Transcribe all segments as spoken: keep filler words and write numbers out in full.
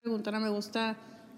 Preguntona, me gusta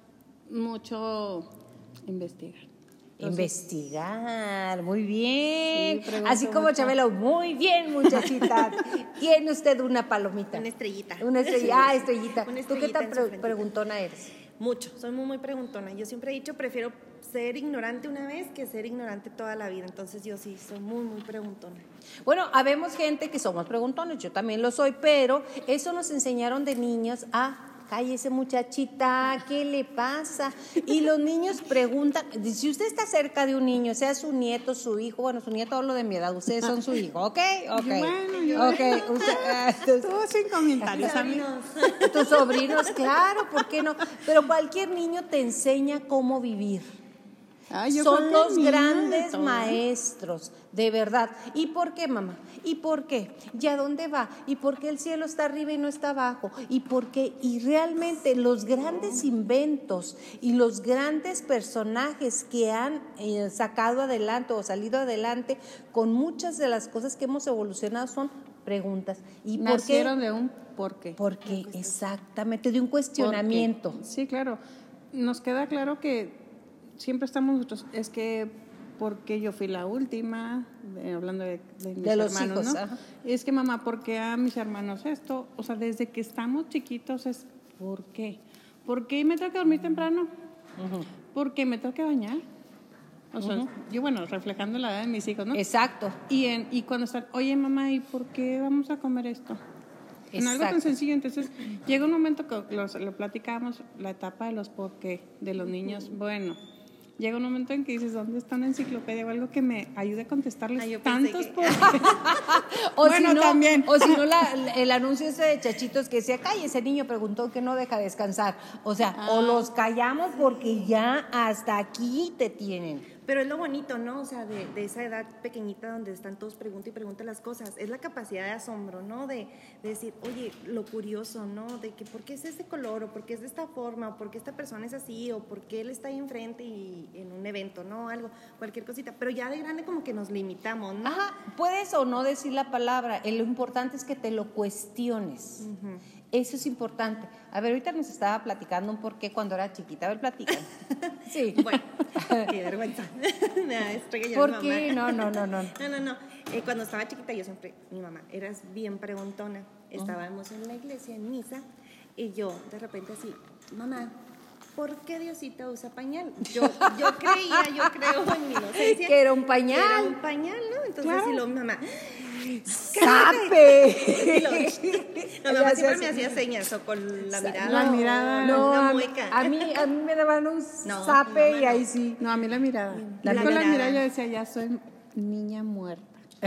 mucho investigar. Entonces, investigar, muy bien. Sí, así como mucho. Chabelo, muy bien, muchachita. Tiene usted una palomita. Una estrellita. Una estrellita. Ah, estrellita. Una ¿Tú qué estrellita tan en su pre- frentita. preguntona eres? Mucho, soy muy, muy preguntona. Yo siempre he dicho, prefiero ser ignorante una vez que ser ignorante toda la vida. Entonces yo sí, soy muy, muy preguntona. Bueno, habemos gente que somos preguntones, yo también lo soy, pero eso nos enseñaron de niños a... Cállese muchachita, ¿qué le pasa? Y los niños preguntan, si usted está cerca de un niño, sea su nieto, su hijo, bueno, su nieto hablo de mi edad, ustedes son su hijo, ¿ok? Ok, Bueno, yo- okay. Usted, Tú sin comentarios, amigos. tus sobrinos, claro, ¿por qué no? Pero cualquier niño te enseña cómo vivir. Ay, yo Son creo que los el niño de grandes todo. maestros, de verdad. ¿Y por qué, mamá? ¿Y por qué? ¿Y a dónde va? ¿Y por qué el cielo está arriba y no está abajo? ¿Y por qué? Y realmente los grandes inventos y los grandes personajes que han eh, sacado adelante o salido adelante con muchas de las cosas que hemos evolucionado son preguntas. ¿Y por qué? Nacieron de un por qué. Porque exactamente, de un cuestionamiento. ¿Por qué? Sí, claro. Nos queda claro que siempre estamos nosotros, es que porque yo fui la última, eh, hablando de, de mis De los hermanos, hijos, ¿no? ajá. Es que mamá, ¿por qué a mis hermanos esto? O sea, desde que estamos chiquitos es ¿por qué? ¿Por qué me tengo que dormir temprano? Ujú. ¿Por qué me tengo que bañar? O sea, Ujú. yo bueno, reflejando la edad de mis hijos, ¿no? Exacto. Y, en, y cuando están, oye mamá, ¿y por qué vamos a comer esto? En algo tan Exacto. sencillo, entonces llega un momento que lo, lo platicamos, la etapa de los por qué, de los niños, bueno, llega un momento en que dices, ¿dónde está una enciclopedia o algo que me ayude a contestarles Ah, yo pensé tantos que- por qué? O Bueno, si no, también. O si no, la- el anuncio ese de Chachitos que decía, calle, ese niño preguntó que no deja descansar. O sea, Ah. o los callamos porque ya hasta aquí te tienen. Pero es lo bonito, ¿no? O sea, de, de esa edad pequeñita donde están todos pregunta y pregunta las cosas. Es la capacidad de asombro, ¿no? De, de decir, oye, lo curioso, ¿no? De que por qué es este color, o por qué es de esta forma, o por qué esta persona es así, o por qué él está ahí enfrente y en un evento, ¿no? Algo, cualquier cosita. Pero ya de grande como que nos limitamos, ¿no? Ajá, puedes o no decir la palabra, eh, lo importante es que te lo cuestiones. Ujú. Eso es importante. A ver, ahorita nos estaba platicando un porqué cuando era chiquita. A ver, platica. Sí. Bueno, qué vergüenza. Me estoy callando, ¿Por mamá. qué? No, no, no, no. No, no, no. Eh, cuando estaba chiquita yo siempre, mi mamá, eras bien preguntona. Estábamos en la iglesia, en misa, y yo de repente así, mamá, ¿por qué Diosita usa pañal? Yo, yo creía, yo creo en mi inocencia. Que era un pañal. Que era un pañal, ¿no? Entonces, Claro. y luego mi mamá, ¡Sape! y lo- mi Ya mamá se siempre hace- me hacía señas o con la mirada. La mirada. No, una a, mí, mueca. a mí a mí me daban un No, zape mi y mamá ahí no. sí. No, a mí la mirada. La La, con la mirada. mirada yo decía, ya soy niña muerta.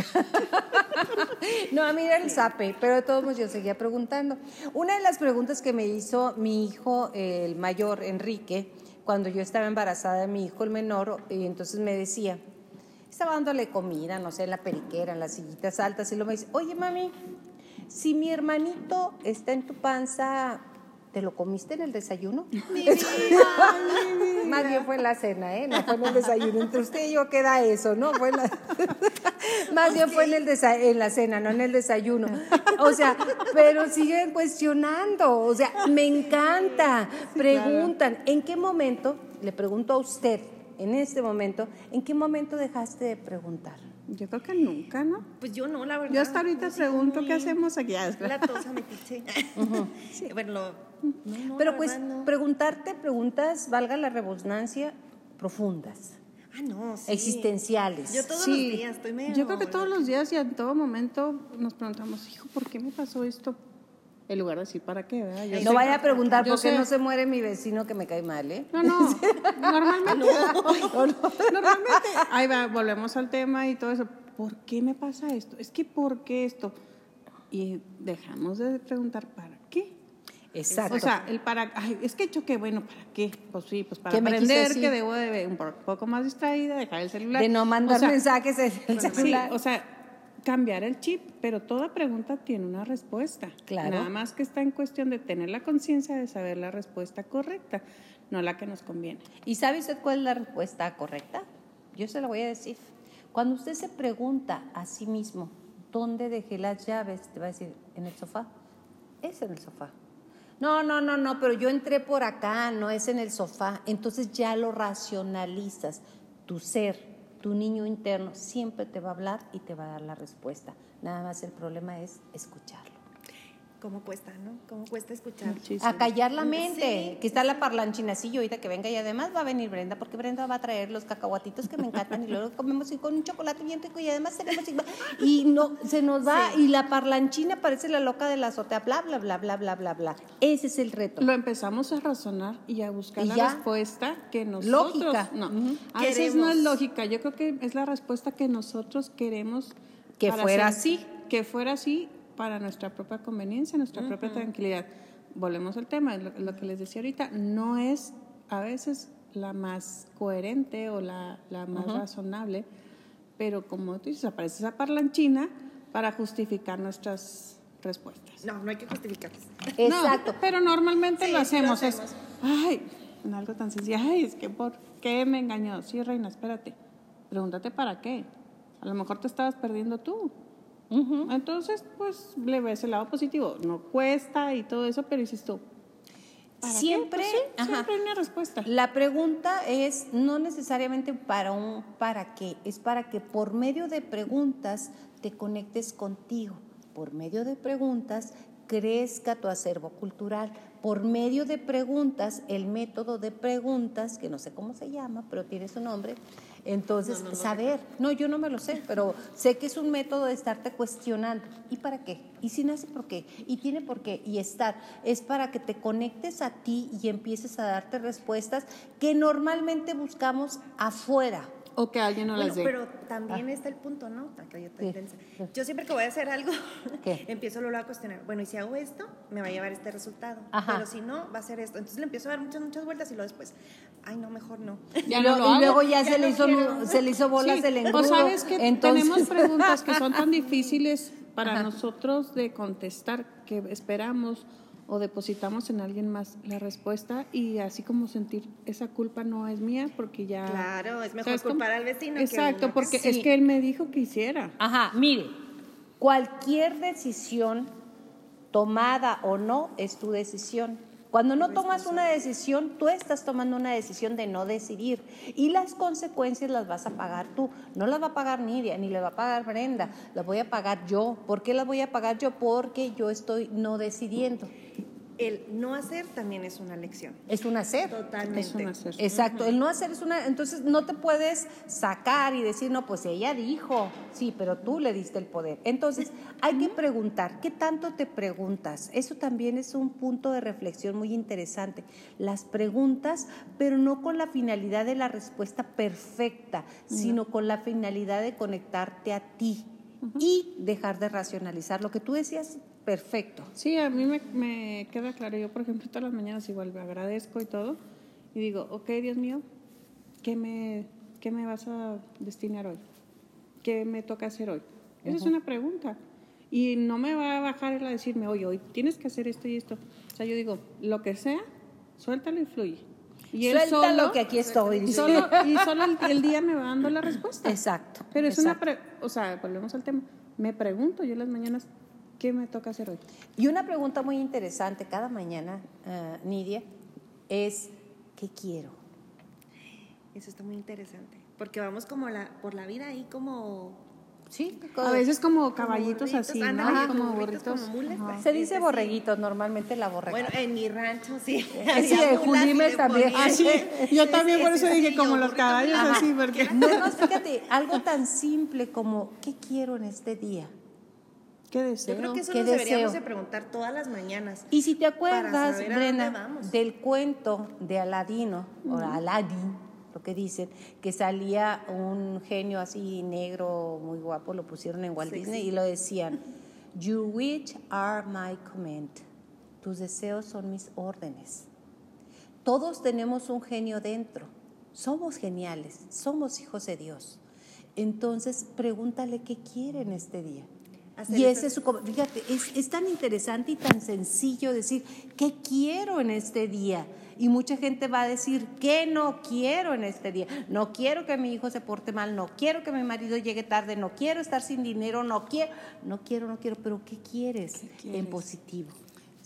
No, a mí era el zape, pero de todos modos yo seguía preguntando. Una de las preguntas que me hizo mi hijo, eh, el mayor, Enrique, cuando yo estaba embarazada de mi hijo, el menor, y entonces me decía, estaba dándole comida, no sé, en la periquera, en las sillitas altas, y luego me dice, oye mami, si mi hermanito está en tu panza, ¿te lo comiste en el desayuno? Mi vida. Más bien fue en la cena, ¿eh? No fue en el desayuno. Entre usted y yo queda eso, ¿no? Fue en la... Más bien fue en, el desa... en la cena, no en el desayuno. O sea, pero siguen cuestionando. O sea, me encanta. Preguntan, ¿en qué momento, le pregunto a usted, en este momento, ¿en qué momento dejaste de preguntar? Yo creo que nunca, ¿no? Pues yo no, la verdad. Yo hasta ahorita Yo soy pregunto muy qué hacemos aquí. Ah, es claro. latosa, metiche. Sí, bueno, lo- no, no, Pero la pues verdad, no. preguntarte preguntas, valga la redundancia, profundas, Ah, no, sí. existenciales. Yo todos Sí, los días estoy medio... yo creo que todos los días y en todo momento nos preguntamos, hijo, ¿por qué me pasó esto? En lugar de decir, ¿para qué? ¿verdad? Yo No sé- vaya a preguntar yo por qué sé- no se muere mi vecino que me cae mal, ¿eh? No, no, normalmente, normalmente, ahí va, volvemos al tema y todo eso. ¿Por qué me pasa esto? Es que ¿por qué esto? Y dejamos de preguntar ¿para qué? Exacto. O sea, el para, ay, es que choqué, bueno, ¿para qué? Pues sí, pues para ¿Qué me quiso aprender decir? que debo de un poco más distraída, dejar el celular. de no mandar O sea, mensajes en el Sí, celular. o sea, cambiar el chip, pero toda pregunta tiene una respuesta. Claro. Nada más que está en cuestión de tener la conciencia de saber la respuesta correcta, no la que nos conviene. ¿Y sabe usted cuál es la respuesta correcta? Yo se la voy a decir. Cuando usted se pregunta a sí mismo, ¿dónde dejé las llaves? Te va a decir, ¿en el sofá? Es en el sofá. No, no, no, no, pero yo entré por acá, no es en el sofá. Entonces ya lo racionalizas. Tu ser, tu niño interno, siempre te va a hablar y te va a dar la respuesta. Nada más el problema es escucharlo. ¿Cómo cuesta, no? ¿Cómo cuesta escuchar? Muchísimo. A callar la mente, Sí. que está la parlanchina, sí, yo ahorita que venga y además va a venir Brenda, porque Brenda va a traer los cacahuatitos que me encantan y luego comemos y con un chocolate bien rico y además tenemos y no, se nos va Sí. y la parlanchina parece la loca de la azotea, bla, bla, bla, bla, bla, bla, bla. Ese es el reto. Lo empezamos a razonar y a buscar Y la ya. respuesta que nosotros... Lógica. No, Ujú. a veces no es Queremos. lógica. Yo creo que es la respuesta que nosotros queremos... Que para fuera hacer- así. Que fuera así para nuestra propia conveniencia, nuestra propia tranquilidad. Volvemos al tema, lo, lo que les decía ahorita, no es a veces la más coherente o la, la más razonable, pero como tú dices, aparece esa parlanchina para justificar nuestras respuestas. No, no hay que justificarlas. Exacto. No, pero normalmente Sí, lo sí lo hacemos. Es, hacemos. ay, en algo tan sencillo. Ay, es que ¿por qué me engañó? Sí, reina, espérate. Pregúntate para qué. A lo mejor te estabas perdiendo tú. Ujú. Entonces, pues le ves el lado positivo. No cuesta y todo eso, pero dices tú. ¿para qué? Siempre, Pues sí, ajá. siempre hay una respuesta. La pregunta es no necesariamente para un para qué, es para que por medio de preguntas te conectes contigo, por medio de preguntas crezca tu acervo cultural, por medio de preguntas, el método de preguntas, que no sé cómo se llama, pero tiene su nombre, entonces No, no, no saber, no, yo no me lo sé, pero sé que es un método de estarte cuestionando, ¿y para qué? ¿Y si nace por qué? ¿Y tiene por qué? Y estar, es para que te conectes a ti y empieces a darte respuestas que normalmente buscamos afuera. O que alguien no Bueno, las dé. pero también está el punto, ¿no? Acá yo estoy Sí. tensa. Yo siempre que voy a hacer algo, ¿Qué? empiezo luego a cuestionar. Bueno, y si hago esto, me va a llevar este resultado. Ajá. Pero si no, va a ser esto. Entonces le empiezo a dar muchas, muchas vueltas y luego después, ay, no, mejor no. Ya y, no lo- lo y hago. luego ya, Ya se, le no hizo, quiero. se le hizo bolas Sí, del engrudo. o sabes que Entonces, tenemos preguntas que son tan difíciles para Ajá. nosotros de contestar que esperamos o depositamos en alguien más la respuesta y así como sentir esa culpa no es mía porque ya... Claro, es mejor ¿sabes cómo? culpar al vecino que Exacto, uno. porque Sí. es que él me dijo que hiciera. Ajá, mire, cualquier decisión tomada o no es tu decisión. Cuando no tomas una decisión, tú estás tomando una decisión de no decidir y las consecuencias las vas a pagar tú. No las va a pagar Nidia, ni le va a pagar Brenda, las voy a pagar yo. ¿Por qué las voy a pagar yo? Porque yo estoy no decidiendo. El no hacer también es una lección. Es un hacer. Totalmente. Es un hacer. Exacto, el no hacer es una, entonces no te puedes sacar y decir, no, pues ella dijo, sí, pero tú le diste el poder. Entonces hay que preguntar, ¿qué tanto te preguntas? Eso también es un punto de reflexión muy interesante. Las preguntas, pero no con la finalidad de la respuesta perfecta, sino con la finalidad de conectarte a ti y dejar de racionalizar. Lo que tú decías, perfecto. Sí, a mí me, me queda claro. Yo, por ejemplo, todas las mañanas igual me agradezco y todo. Y digo, ok, Dios mío, ¿qué me, qué me vas a destinar hoy? ¿Qué me toca hacer hoy? Esa es una pregunta. Y no me va a bajar él a decirme, oye, hoy tienes que hacer esto y esto. O sea, yo digo, lo que sea, suéltalo y fluye. Y él Suéltalo solo, que aquí estoy. y dice. solo, y solo el, el día me va dando la respuesta. Exacto. Pero es exacto. una, pre- o sea, volvemos al tema. Me pregunto yo las mañanas, ¿qué me toca hacer hoy? Y una pregunta muy interesante cada mañana, uh, Nidia, es ¿qué quiero? Eso está muy interesante. Porque vamos como la, por la vida ahí como... Sí, A veces como como caballitos burritos, así, ándale, ¿no? como Como burritos, burritos. como mules, Ajá. pues. se dice Sí. borreguitos, normalmente la borrega. Bueno, en mi rancho sí. Sí, Había de mulas y Julimes le también. ponían- Ah, sí, yo Sí, también sí, por sí, eso sí, dije yo, como los burritos, caballos ajá. así, porque... no, no, fíjate, algo tan simple como ¿qué quiero en este día? ¿Qué deseo? Yo creo que eso ¿Qué nos deberíamos deseo? de preguntar todas las mañanas. Y si te Para acuerdas, saber a Brenda, dónde vamos. del cuento de Aladino, o Aladdin, lo que dicen, que salía un genio así negro, muy guapo, lo pusieron en Walt Sexy. Disney y lo decían, Your wish are my command. Tus deseos son mis órdenes. Todos tenemos un genio dentro. Somos geniales, somos hijos de Dios. Entonces, pregúntale qué quiere en este día. Hacer Y eso. ese es su... com- Fíjate, es, es tan interesante y tan sencillo decir, ¿qué quiero en este día? Y mucha gente va a decir, ¿qué no quiero en este día? No quiero que mi hijo se porte mal, no quiero que mi marido llegue tarde, no quiero estar sin dinero, no quiero, no quiero, no quiero, pero ¿qué quieres, ¿Qué quieres? en positivo?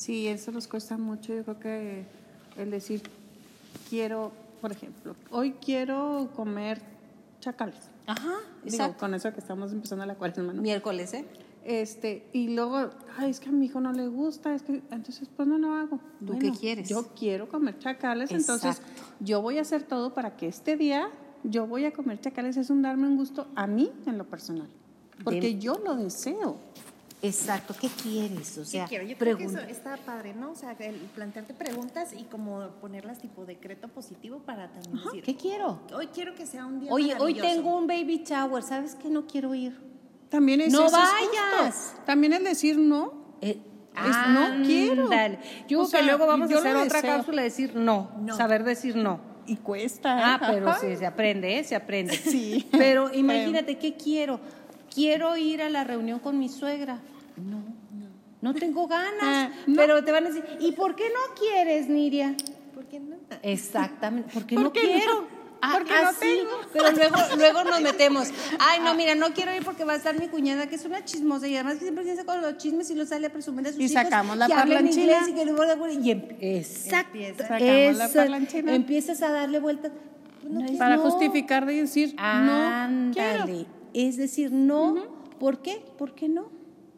Sí, eso nos cuesta mucho. Yo creo que el decir, quiero, por ejemplo, hoy quiero comer chacales. Ajá, Digo, exacto. con eso que estamos empezando la cuaresma, ¿no? Miércoles, ¿eh? Este, y luego, ay, es que a mi hijo no le gusta, es que, entonces, pues no lo hago. ¿Tú qué quieres? Yo quiero comer chacales, Exacto. entonces yo voy a hacer todo para que este día yo voy a comer chacales. Es un darme un gusto a mí en lo personal, porque De- yo lo deseo. Exacto, ¿qué quieres? O sea, ¿Qué quiero? Yo creo que pregunta. eso está padre, ¿no? O sea, el plantearte preguntas y como ponerlas tipo decreto positivo para también decir, ¿Qué quiero? hoy quiero que sea un día Oye, hoy maravilloso. tengo un baby shower, ¿sabes qué? No quiero ir. También es No eso, es vayas. justo. También el decir no. Eh, Es, no quiero. ándale. Yo O creo sea, que luego vamos a yo hacer lo otra deseo. cápsula de decir no, No. saber decir no. Y cuesta. ¿eh? Ah, pero Ajá. sí, se aprende, ¿eh? Se aprende. Sí. Pero imagínate, ¿qué quiero? Quiero ir a la reunión con mi suegra. No, no, no tengo ganas. Ah, no. Pero te van a decir, ¿y por qué no quieres, Niria? ¿Por qué no? Exactamente, porque ¿Por no qué quiero. no? Ah, Porque no así. tengo. Pero luego, luego nos metemos. Ay, no, mira, no quiero ir porque va a estar mi cuñada, que es una chismosa, y además que siempre piensa con los chismes y lo sale a presumir a sus Y hijos. sacamos la que hablan parlanchina. inglés y que luego y em- exacto. Empieza. Sacamos la Esa- parlanchina. Empiezas a darle vueltas. No es Para no. justificar de decir no quiero. Ándale. Es decir, no. ¿Por qué? ¿Por qué no?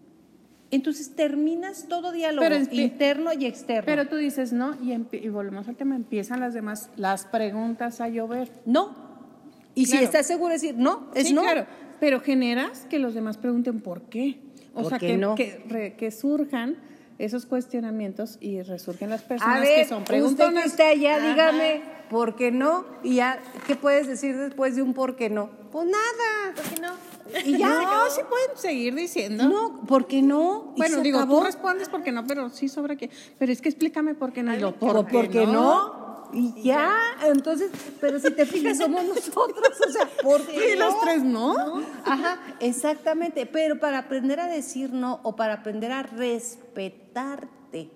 Entonces terminas todo diálogo Pero es- interno y externo. Pero tú dices no y, empi- y volvemos al tema, empiezan las demás, las preguntas a llover. no. Y Claro. si estás seguro de decir no, es Sí, no. claro, pero generas que los demás pregunten por qué. O ¿Por sea, qué que, no? que, re- que surjan esos cuestionamientos y resurgen las personas A ver, que son usted que preguntonas. está allá, Ajá. dígame, ¿por qué no? Y ya, ¿qué puedes decir después de un por qué no? Pues nada. ¿Por qué no? Y ya. No, sí pueden seguir diciendo. No, ¿por qué no? Y Bueno, se digo, acabó. tú respondes porque no, pero sí sobre qué. Pero es que explícame por qué no. Y yo, Pero ¿por qué no? Y ya, entonces, pero si te fijas, somos nosotros, o sea, ¿por qué Y no? los tres no. Ajá, exactamente, pero para aprender a decir no o para aprender a respetarte,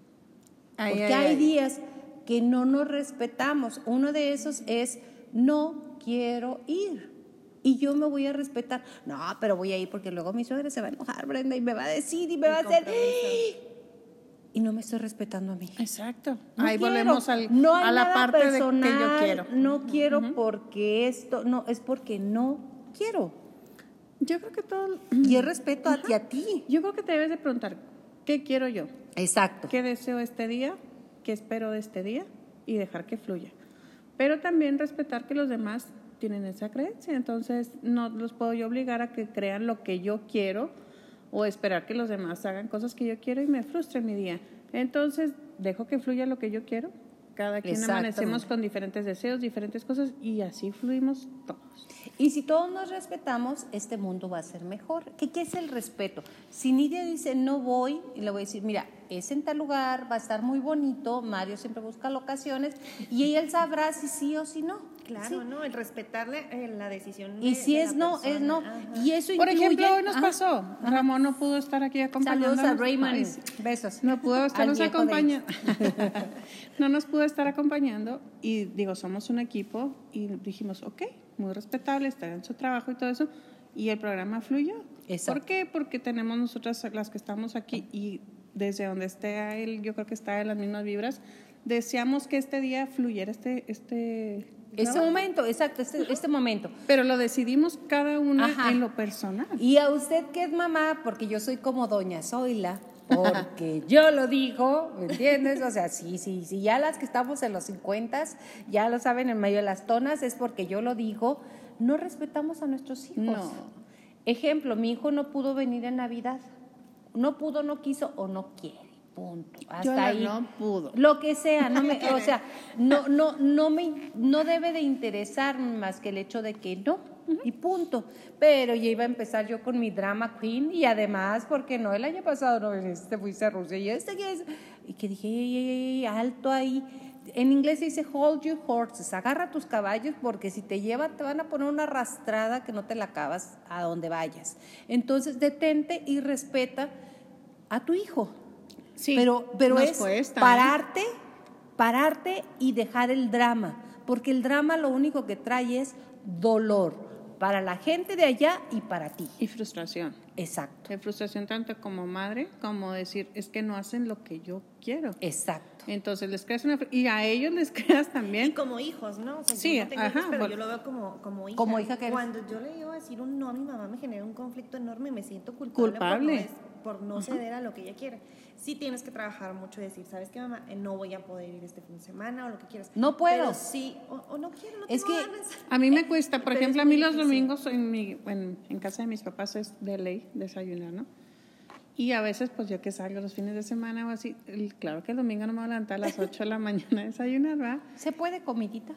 Ay, porque ay, hay ay. días que no nos respetamos. Uno de esos es no quiero ir. Y yo me voy a respetar. No, pero voy a ir porque luego mi suegra se va a enojar, Brenda, y me va a decir y me va a hacer. Y no me estoy respetando a mí. Exacto. No Ahí quiero. volvemos al- No hay a la nada parte personal, de que yo quiero. No quiero porque esto, no, es porque no quiero. Yo creo que todo. Y es respeto a ti a ti. Yo creo que te debes de preguntar, ¿qué quiero yo? Exacto. ¿Qué deseo este día? ¿Qué espero de este día? Y dejar que fluya. Pero también respetar que los demás tienen esa creencia. Entonces, no los puedo yo obligar a que crean lo que yo quiero o esperar que los demás hagan cosas que yo quiero y me frustre mi día. Entonces, dejo que fluya lo que yo quiero. Cada quien Exactamente. amanecemos con diferentes deseos, diferentes cosas y así fluimos todos. Y si todos nos respetamos, este mundo va a ser mejor. ¿Qué, qué es el respeto? Si Nidia dice no voy, y le voy a decir, mira, es en tal lugar, va a estar muy bonito, Mario siempre busca locaciones, y él sabrá si sí o si no. Claro, ¿sí? ¿no? El respetarle eh, la decisión. Y de- si de es la no, persona. es no. Ajá. Y eso Por incluye... ejemplo, hoy nos Ajá. pasó, Ramón no pudo estar aquí acompañándonos. Saludos a Raymond. Ay, sí. Besos. No pudo Al estarnos viejo acompañando. No nos pudo estar acompañando y digo, somos un equipo y dijimos, ok, muy respetable, estar en su trabajo y todo eso. Y el programa fluyó. Exacto. ¿Por qué? Porque tenemos nosotras las que estamos aquí y desde donde esté él, yo creo que está en las mismas vibras, deseamos que este día fluyera este... este Este trabajo. momento, exacto, este, este momento. Pero lo decidimos cada una Ajá. en lo personal. Y a usted que es mamá, porque yo soy como doña Zoila, porque yo lo digo, ¿me entiendes? O sea, sí, sí, sí, ya las que estamos en los cincuentas, ya lo saben, en medio de las tonas, es porque yo lo digo, no respetamos a nuestros hijos. No. Ejemplo, mi hijo no pudo venir en Navidad, no pudo, no quiso o no quiere. Punto. Hasta Yo la ahí. no pudo. Lo que sea, no me, o sea, no, no, no me, no debe de interesarme más que el hecho de que no, y punto. Pero ya iba a empezar yo con mi drama queen y además, porque no, el año pasado no viniste, fuiste a Rusia y este que es, y que dije, ey, ey, ey, alto ahí. En inglés se dice hold your horses, agarra tus caballos porque si te llevan te van a poner una arrastrada que no te la acabas a donde vayas. Entonces detente y respeta a tu hijo. Sí, pero pero nos es cuesta, ¿eh? pararte, pararte y dejar el drama, porque el drama lo único que trae es dolor para la gente de allá y para ti. Y frustración. Exacto. De frustración tanto como madre, como decir, es que no hacen lo que yo quiero. Exacto. Entonces les creas una... Y a ellos les creas también. Y como hijos, ¿no? O sea, Sí, yo no tengo ajá, hijos, pero bueno. yo lo veo como, como hija. Como hija que eres. Cuando yo le digo decir un no a mi mamá, me genera un conflicto enorme, me siento culpable, Culpable. por no, por no ceder a lo que ella quiere. Sí tienes que trabajar mucho y decir, ¿sabes qué, mamá? Eh, no voy a poder ir este fin de semana o lo que quieras. No puedo. Pero sí, o, o no quiero, no Es tengo que ganas. A mí me cuesta, por Pero ejemplo, es a mí muy los difícil. domingos en, mi, en, en casa de mis papás es de ley desayunar, ¿no? Y a veces, pues yo que salgo los fines de semana o así, el- claro que el domingo no me voy a levantar a las ocho de la mañana a desayunar, ¿verdad? ¿Se puede comidita?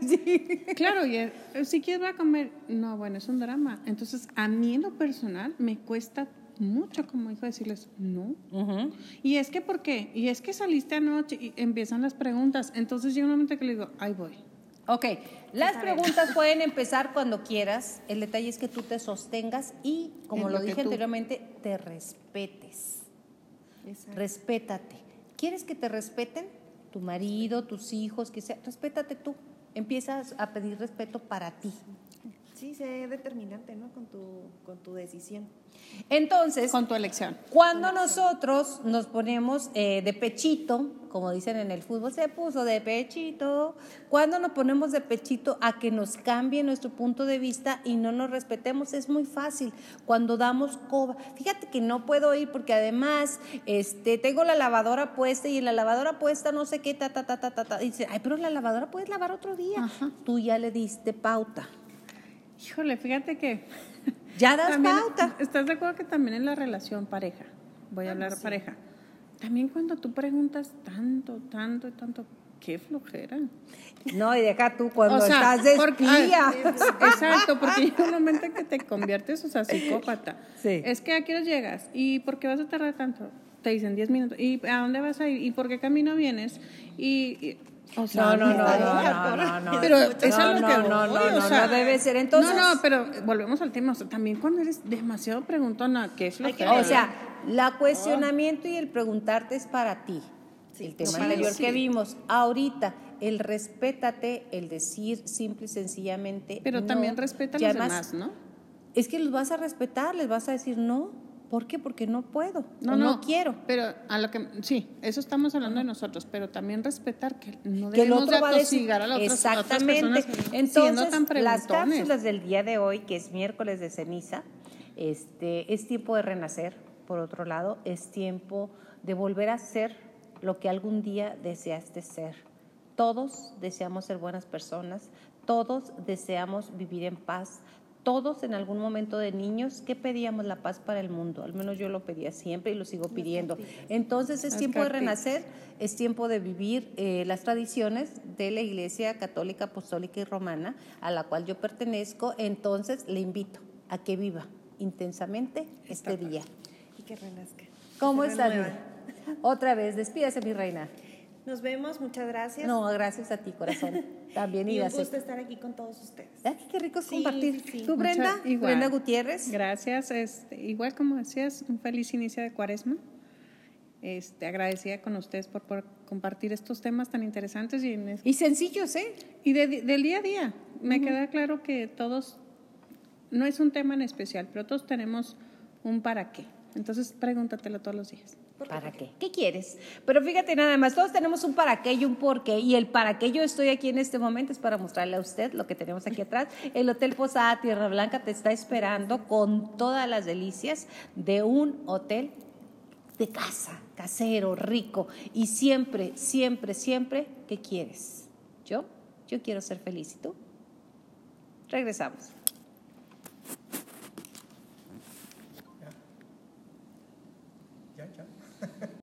Claro, y eh, si quieres va a comer, no, bueno, es un drama. Entonces, a mí en lo personal me cuesta mucho como hijo decirles no. Ujú. Y es que, ¿por qué? Y es que saliste anoche y empiezan las preguntas. Entonces llega un momento que le digo, ahí voy. Ok, las preguntas pueden empezar cuando quieras. El detalle es que tú te sostengas y, como En lo lo que dije tú- anteriormente, te respetes. Exacto. Respétate. ¿Quieres que te respeten? Tu marido, tus hijos, que sea. Respétate tú. Empiezas a pedir respeto para ti. Sí, sé determinante, ¿no? Con tu, con tu decisión. Entonces, Con tu elección. cuando nosotros nos ponemos eh, de pechito, como dicen en el fútbol, se puso de pechito, cuando nos ponemos de pechito a que nos cambie nuestro punto de vista y no nos respetemos, es muy fácil. Cuando damos coba, fíjate que no puedo ir porque además este, tengo la lavadora puesta y en la lavadora puesta no sé qué, ta, ta, ta, ta, ta, ta. Y dice, ay, pero la lavadora puedes lavar otro día. Ajá. Tú ya le diste pauta. Híjole, fíjate que... Ya das también, pauta. ¿estás de acuerdo que también en la relación pareja? Voy a Ah, hablar no, sí. pareja. También cuando tú preguntas tanto, tanto y tanto, qué flojera. No, y de acá tú cuando O sea, estás de porque- espía. ah, exacto, porque llega un momento en que te conviertes, o sea, psicópata. Sí. Es que a qué hora llegas y por qué vas a tardar tanto. Te dicen diez minutos. ¿Y a dónde vas a ir? ¿Y por qué camino vienes? Y, y- o sea, No, no, no, neta, no, no, no, no. Pero no, eso es lo no, que no, voy, no, o no, sea, no debe ser. Entonces, no, no, pero volvemos al tema. O sea, también cuando eres demasiado preguntona, qué flojera. o sea, la cuestionamiento y el preguntarte es para ti. Sí, el tema sí, anterior sí. que vimos. Ahorita, el respétate, el decir simple y sencillamente. Pero no, también respeta a ya los más- demás, ¿no? Es que los vas a respetar, les vas a decir no. ¿Por qué? Porque no puedo. No, o no, no quiero. Pero a lo que sí, eso estamos hablando de nosotros, pero también respetar que no Que el debemos otro de va a decir atosigar a las otras, otras exactamente. personas siendo Entonces, tan las preguntones. cápsulas del día de hoy, que es miércoles de ceniza, este, es tiempo de renacer. Por otro lado, es tiempo de volver a ser lo que algún día deseaste ser. Todos deseamos ser buenas personas, todos deseamos vivir en paz. Todos en algún momento de niños, ¿qué pedíamos? La paz para el mundo. Al menos yo lo pedía siempre y lo sigo pidiendo. Entonces es Las tiempo de cartitas. renacer, es tiempo de vivir eh, las tradiciones de la Iglesia Católica, Apostólica y Romana, a la cual yo pertenezco. Entonces le invito a que viva intensamente este día. Y que renazca. ¿Cómo Que se estás? renueva. Otra vez, despídase mi reina. Nos vemos, muchas gracias. No, gracias a ti, corazón. También y un ibas a gusto estar aquí con todos ustedes. Ay, qué rico es Sí, compartir. sí, sí. ¿Tú, Brenda? Mucha- igual. Brenda Gutiérrez. Gracias, este, igual como decías, un feliz inicio de Cuaresma. Este, agradecida con ustedes por, por compartir estos temas tan interesantes y, en es- Y sencillos, ¿eh? y de- del día a día. Me queda claro que todos, no es un tema en especial, pero todos tenemos un para qué. Entonces pregúntatelo todos los días. ¿Para qué? ¿Qué quieres? Pero fíjate nada más, todos tenemos un para qué y un por qué. Y el para qué yo estoy aquí en este momento es para mostrarle a usted lo que tenemos aquí atrás. El Hotel Posada Tierra Blanca te está esperando con todas las delicias de un hotel de casa, casero, rico. Y siempre, siempre, siempre, ¿qué quieres? ¿Yo? Yo quiero ser feliz. ¿Y tú? Regresamos. Ya, ya.